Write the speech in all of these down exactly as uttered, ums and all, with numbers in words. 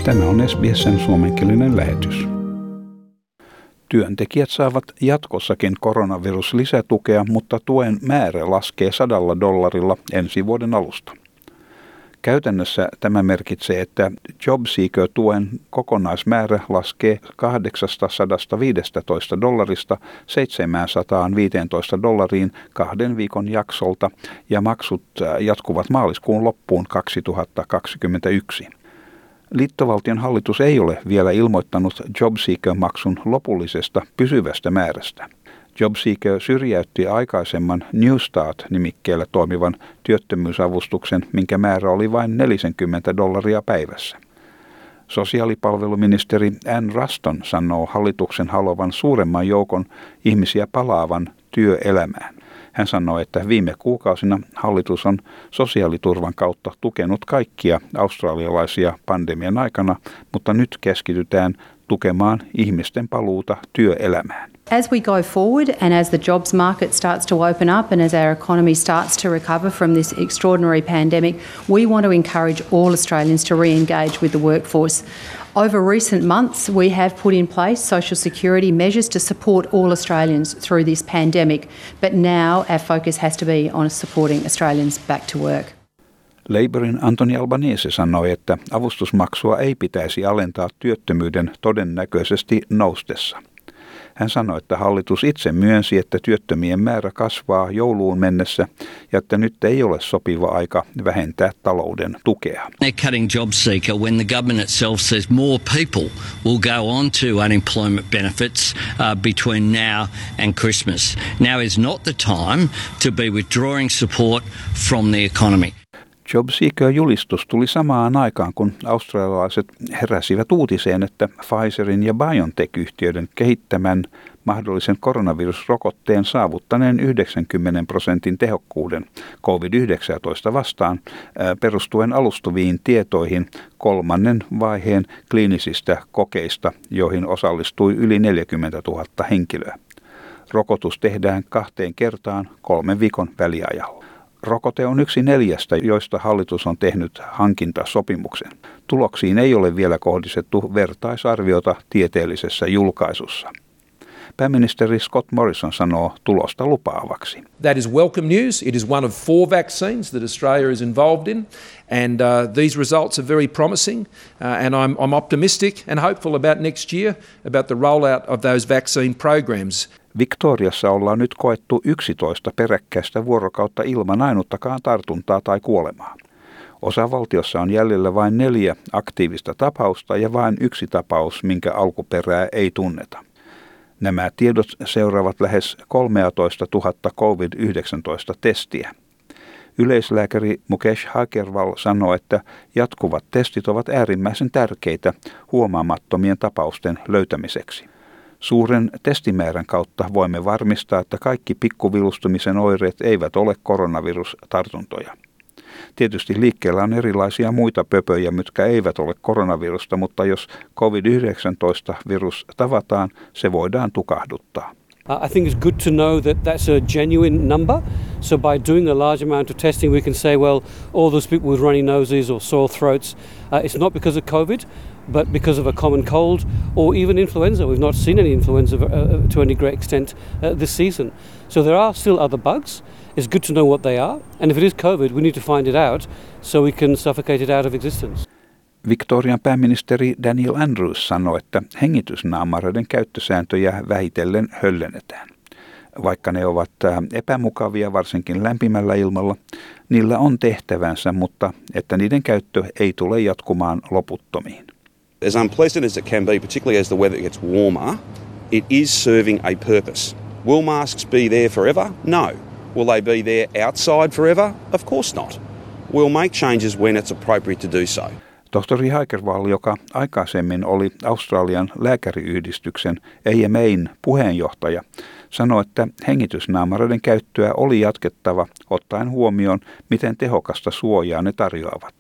Tämä on S B S:n suomenkielinen lähetys. Työntekijät saavat jatkossakin koronaviruslisätukea, mutta tuen määrä laskee sadalla dollarilla ensi vuoden alusta. Käytännössä tämä merkitsee, että JobSeeker-tuen kokonaismäärä laskee kahdeksansataaviisitoista dollarista seitsemänsataaviisitoista dollariin kahden viikon jaksolta ja maksut jatkuvat maaliskuun loppuun kaksituhattakaksikymmentäyksi. Liittovaltion hallitus ei ole vielä ilmoittanut JobSeeker-maksun lopullisesta pysyvästä määrästä. JobSeeker syrjäytti aikaisemman New Start-nimikkeellä toimivan työttömyysavustuksen, minkä määrä oli vain neljäkymmentä dollaria päivässä. Sosiaalipalveluministeri Ann Ruston sanoo hallituksen haluavan suuremman joukon ihmisiä palaavan työelämään. Hän sanoi, että viime kuukausina hallitus on sosiaaliturvan kautta tukenut kaikkia australialaisia pandemian aikana, mutta nyt keskitytään tukemaan ihmisten paluuta työelämään. As we go forward and as the jobs market starts to open up and as our economy starts to recover from this extraordinary pandemic, we want to encourage all Australians to re-engage with the workforce. Over recent months, we have put in place social security measures to support all Australians through this pandemic, but now our focus has to be on supporting Australians back to work. Labourin Anthony Albanese sanoi, että avustusmaksua ei pitäisi alentaa työttömyyden todennäköisesti noustessa. Hän sanoi, että hallitus itse myönsi, että työttömien määrä kasvaa jouluun mennessä ja että nyt ei ole sopiva aika vähentää talouden tukea. They're cutting JobSeeker when the government itself says more people will go on to unemployment benefits uh, between now and Christmas. Now is not the time to be withdrawing support from the economy. JobSeeker-julistus tuli samaan aikaan, kun australialaiset heräsivät uutiseen, että Pfizerin ja BioNTech-yhtiöiden kehittämän mahdollisen koronavirusrokotteen saavuttaneen yhdeksänkymmentä prosentin tehokkuuden covid yhdeksäntoista vastaan perustuen alustuviin tietoihin kolmannen vaiheen kliinisistä kokeista, joihin osallistui yli neljäkymmentätuhatta henkilöä. Rokotus tehdään kahteen kertaan kolmen viikon väliajalla. Rokote on yksi neljästä, joista hallitus on tehnyt hankintasopimuksen. Tuloksiin ei ole vielä kohdistettu vertaisarviota tieteellisessä julkaisussa. Pääministeri Scott Morrison sanoo tulosta lupaavaksi. That is welcome news. It is one of four vaccines that Australia is involved in, and uh, these results are very promising. Uh, and I'm, I'm optimistic and hopeful about next year about the rollout of those vaccine programs. Victoriassa ollaan nyt koettu yksitoista peräkkäistä vuorokautta ilman ainuttakaan tartuntaa tai kuolemaa. Osavaltiossa on jäljellä vain neljä aktiivista tapausta ja vain yksi tapaus, minkä alkuperää ei tunneta. Nämä tiedot seuraavat lähes kolmetoistatuhatta covid yhdeksäntoista testiä. Yleislääkäri Mukesh Agarwal sanoo, että jatkuvat testit ovat äärimmäisen tärkeitä huomaamattomien tapausten löytämiseksi. Suuren testimäärän kautta voimme varmistaa, että kaikki pikkuvilustumisen oireet eivät ole koronavirustartuntoja. Tietysti liikkeellä on erilaisia muita pöpöjä, mitkä eivät ole koronavirusta, mutta jos covid yhdeksäntoista-virus tavataan, se voidaan tukahduttaa. Uh, I think it's good to know that that's a genuine number. So by doing a large amount of testing, we can say, well, all those people with runny noses or sore throats, uh, it's not because of COVID, but because of a common cold or even influenza. We've not seen any influenza uh, to any great extent uh, this season. So there are still other bugs. It's good to know what they are. And if it is COVID, we need to find it out so we can suffocate it out of existence. Victorian pääministeri Daniel Andrews sanoi, että hengitysnaamareiden käyttösääntöjä vähitellen höllennetään. Vaikka ne ovat epämukavia varsinkin lämpimällä ilmalla, niillä on tehtävänsä, mutta että niiden käyttö ei tule jatkumaan loputtomiin. As unpleasant as it can be, particularly as the weather gets warmer, it is serving a purpose. Will masks be there forever? No. Will they be there outside forever? Of course not. We'll make changes when it's appropriate to do so. Tohtori Agarwal, joka aikaisemmin oli Australian lääkäriyhdistyksen A M A:n puheenjohtaja, sanoi, että hengitysnaamareiden käyttöä oli jatkettava ottaen huomioon, miten tehokasta suojaa ne tarjoavat.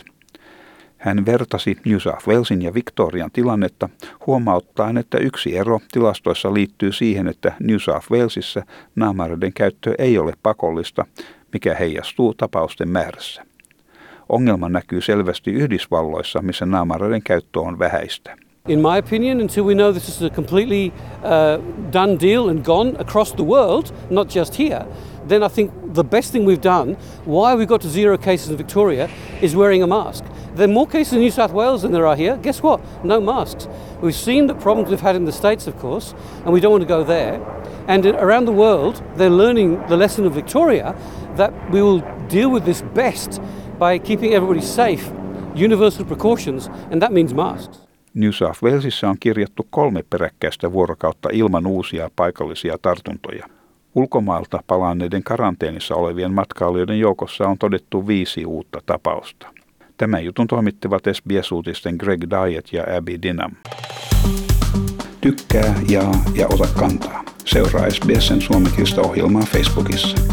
Hän vertasi New South Walesin ja Victorian tilannetta huomauttaen, että yksi ero tilastoissa liittyy siihen, että New South Walesissa naamareiden käyttö ei ole pakollista, mikä heijastuu tapausten määrässä. Ongelma näkyy selvästi Yhdysvalloissa, missä naamareiden käyttö on vähäistä. In my opinion, until we know this is a completely uh, done deal and gone across the world, not just here, then I think the best thing we've done, why we got to zero cases in Victoria, is wearing a mask. There are more cases in New South Wales than there are here. Guess what? No masks. We've seen the problems we've had in the States, of course, and we don't want to go there. And around the world, they're learning the lesson of Victoria that we will deal with this best by keeping everybody safe, universal precautions, and that means masks. New South Walesissa on kirjattu kolme peräkkäistä vuorokautta ilman uusia paikallisia tartuntoja. Ulkomailta palanneiden karanteenissa olevien matkailijoiden joukossa on todettu viisi uutta tapausta. Tämän jutun toimittivat S B S-uutisten Greg Diet ja Abby Dinham. Tykkää, jaa ja ota kantaa. Seuraa S B S:n suomenkielistä ohjelmaa Facebookissa.